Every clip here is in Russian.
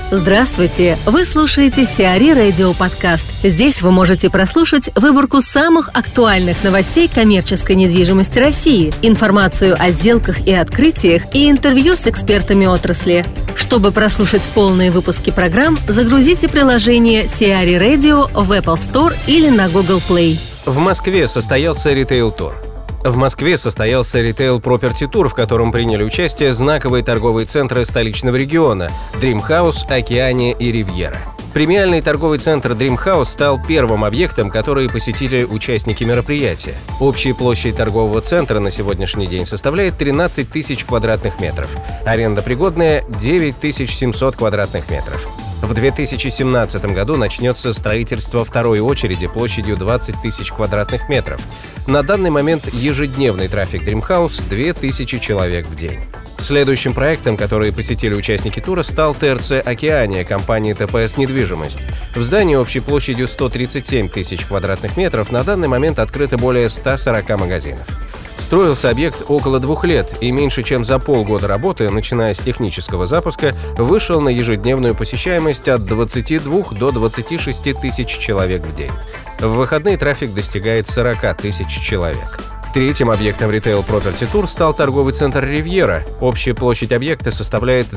Здравствуйте! Вы слушаете Сиари Радио Подкаст. Здесь вы можете прослушать выборку самых актуальных новостей коммерческой недвижимости России, информацию о сделках и открытиях и интервью с экспертами отрасли. Чтобы прослушать полные выпуски программ, загрузите приложение Сиари Radio в Apple Store или на Google Play. В Москве состоялся ритейл-тур. В Москве состоялся ритейл-проперти-тур, в котором приняли участие знаковые торговые центры столичного региона – Dream House, Океания и Ривьера. Премиальный торговый центр Dream House стал первым объектом, который посетили участники мероприятия. Общая площадь торгового центра на сегодняшний день составляет 13 тысяч квадратных метров. Аренда пригодная – 9700 квадратных метров. В 2017 году начнется строительство второй очереди площадью 20 тысяч квадратных метров. На данный момент ежедневный трафик Dream House – 2000 человек в день. Следующим проектом, который посетили участники тура, стал ТРЦ «Океания» компании ТПС «Недвижимость». В здании общей площадью 137 тысяч квадратных метров на данный момент открыто более 140 магазинов. Строился объект около 2 лет, и меньше чем за полгода работы, начиная с технического запуска, вышел на ежедневную посещаемость от 22 до 26 тысяч человек в день. В выходные трафик достигает 40 тысяч человек. Третьим объектом ритейл Property Tour стал торговый центр «Ривьера». Общая площадь объекта составляет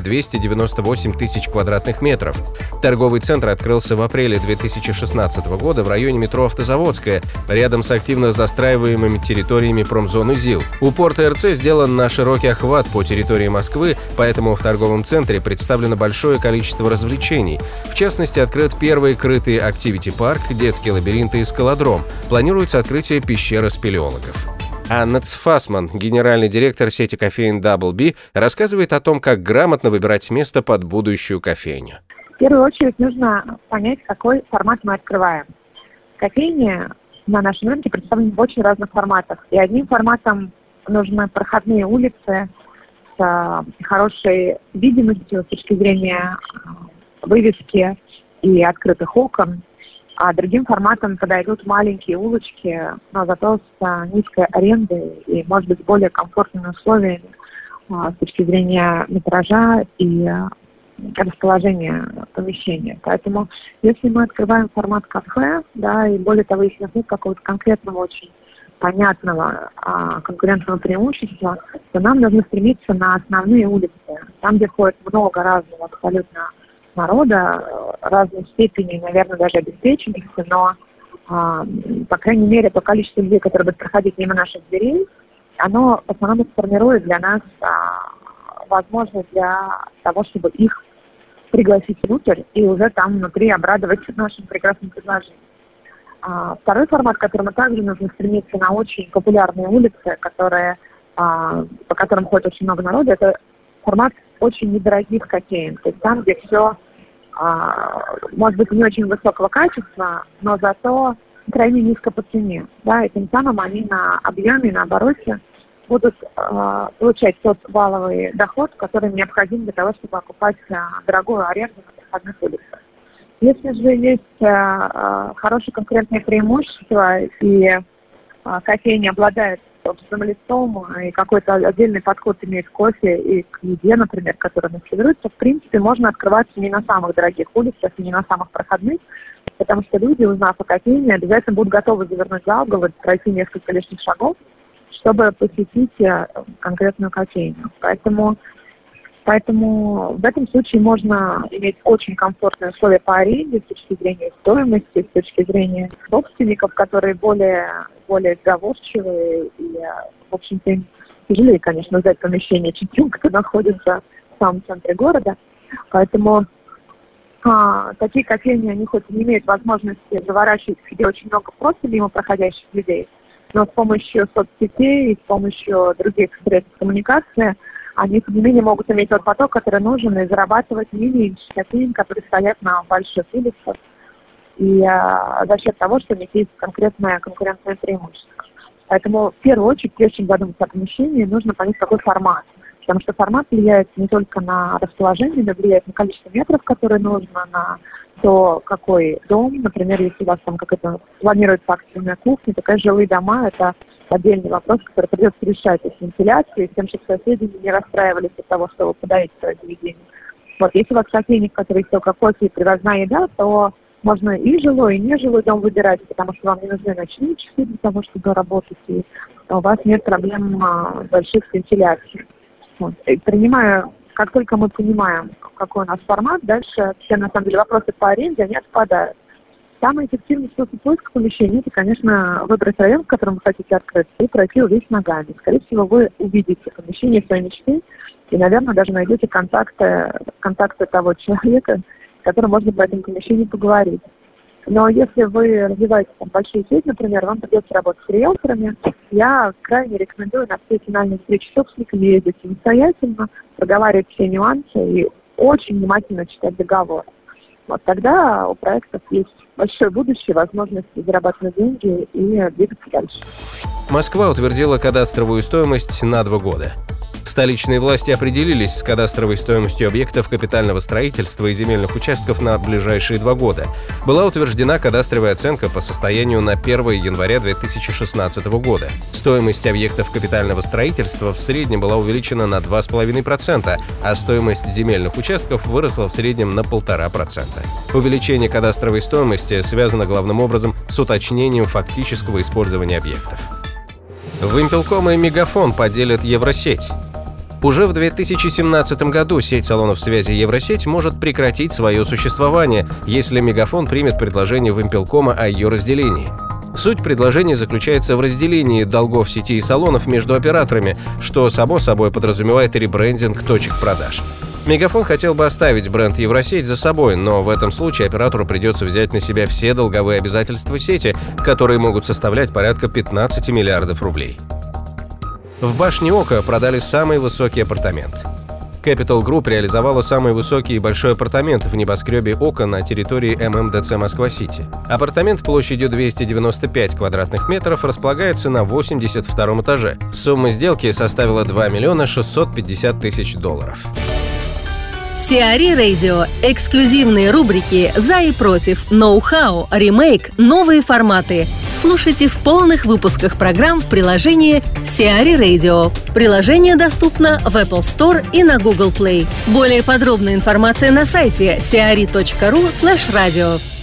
298 тысяч квадратных метров. Торговый центр открылся в апреле 2016 года в районе метро Автозаводская, рядом с активно застраиваемыми территориями промзоны ЗИЛ. Упор ТРЦ сделан на широкий охват по территории Москвы, поэтому в торговом центре представлено большое количество развлечений. В частности, открыт первый крытый активити-парк, детский лабиринт и скалодром. Планируется открытие пещеры спелеологов. Анна Цфасман, генеральный директор сети кофеен Double B, рассказывает о том, как грамотно выбирать место под будущую кофейню. В первую очередь нужно понять, какой формат мы открываем. Кофейни на нашем рынке представлены в очень разных форматах. И одним форматом нужны проходные улицы с хорошей видимостью с точки зрения вывески и открытых окон. А другим форматом подойдут маленькие улочки, но зато с низкой арендой и, может быть, более комфортными условиями с точки зрения метража и расположения помещения. Поэтому, если мы открываем формат кафе, да, и более того, если нет какого-то конкретного, очень понятного конкурентного преимущества, то нам нужно стремиться на основные улицы, там, где ходит много разного абсолютно народа, разной степени, наверное, даже обеспеченности, но, по крайней мере, то количество людей, которые будут проходить мимо наших дверей, оно в основном сформирует для нас возможность для того, чтобы их пригласить внутрь и уже там внутри обрадовать нашим прекрасным предложением. Второй формат, к которому также нужно стремиться на очень популярные улицы, по которым ходит очень много народа, это формат очень недорогих кофеен, то есть там, где все, может быть, не очень высокого качества, но зато крайне низко по цене. Да, и тем самым они на объеме, на обороте будут получать тот валовый доход, который необходим для того, чтобы окупать дорогую аренду на проходных улицах. Если же есть хорошее конкурентное преимущество и кофейни обладает собственным лицом, и какой-то отдельный подход имеет к кофе и к еде, например, которая нас сервируется, в принципе, можно открываться не на самых дорогих улицах и не на самых проходных, потому что люди, узнав о кофейне, обязательно будут готовы завернуть за угол и пройти несколько лишних шагов, чтобы посетить конкретную кофейню. Поэтому в этом случае можно иметь очень комфортные условия по аренде с точки зрения стоимости, с точки зрения собственников, которые более сговорчивые и, в общем-то, им тяжелее, конечно, сдать помещение, чем тем, кто находится в самом центре города. Поэтому такие кофейни, они хоть и не имеют возможности заворачивать в себе очень много просто мимо проходящих людей, но с помощью соцсетей и с помощью других средств коммуникации они, тем не менее, могут иметь тот поток, который нужен, и зарабатывать не меньше кофеин, которые стоят на больших улицах, и за счет того, что у них есть конкретное конкурентное преимущество. Поэтому, в первую очередь, прежде чем задуматься о помещении, нужно понять, какой формат. Потому что формат влияет не только на расположение, но влияет на количество метров, которые нужно, на то, какой дом. Например, если у вас там какая-то планируется акционная кухня, такая жилые дома – это отдельный вопрос, который придется решать с вентиляцией, с тем, чтобы соседи не расстраивались от того, чтобы подавить свое заведение. Вот, если у вас кофейня, в которой только кофе и привозная еда, то можно и жилой, и нежилой дом выбирать, потому что вам не нужны ночные часы для того, чтобы работать, и у вас нет проблем больших с вентиляцией. Вот. Как только мы понимаем, какой у нас формат, дальше все, на самом деле, вопросы по аренде, они отпадают. Самый эффективный способ поиска помещения – это, конечно, выбрать район, в котором вы хотите открыться, и пройти его весь ногами. Скорее всего, вы увидите помещение своей мечты и, наверное, даже найдете контакты того человека, с которым можно по этому помещению поговорить. Но если вы развиваете большие сети, например, вам придется работать с риэлторами, я крайне рекомендую на все финальные встречи с собственниками ездить самостоятельно, проговаривать все нюансы и очень внимательно читать договор. Вот тогда у проектов есть большое будущее, возможности зарабатывать деньги и двигаться дальше. Москва утвердила кадастровую стоимость на 2 года. Столичные власти определились с кадастровой стоимостью объектов капитального строительства и земельных участков на ближайшие 2 года. Была утверждена кадастровая оценка по состоянию на 1 января 2016 года. Стоимость объектов капитального строительства в среднем была увеличена на 2,5%, а стоимость земельных участков выросла в среднем на 1,5%. Увеличение кадастровой стоимости связано главным образом с уточнением фактического использования объектов. Вимпелком и Мегафон поделят Евросеть. Уже в 2017 году сеть салонов связи Евросеть может прекратить свое существование, если Мегафон примет предложение Вимпелкома о ее разделении. Суть предложения заключается в разделении долгов сети и салонов между операторами, что само собой подразумевает ребрендинг точек продаж. Мегафон хотел бы оставить бренд Евросеть за собой, но в этом случае оператору придется взять на себя все долговые обязательства сети, которые могут составлять порядка 15 миллиардов рублей. В башне Ока продали самый высокий апартамент. Capital Group реализовала самый высокий и большой апартамент в небоскребе Ока на территории ММДЦ Москва-Сити. Апартамент площадью 295 квадратных метров располагается на 82-м этаже. Сумма сделки составила $2 650 000. Сиари Radio. Эксклюзивные рубрики «За и против», «Ноу-хау», «Ремейк», «Новые форматы». Слушайте в полных выпусках программ в приложении Сиари Radio. Приложение доступно в Apple Store и на Google Play. Более подробная информация на сайте siari.ru/radio.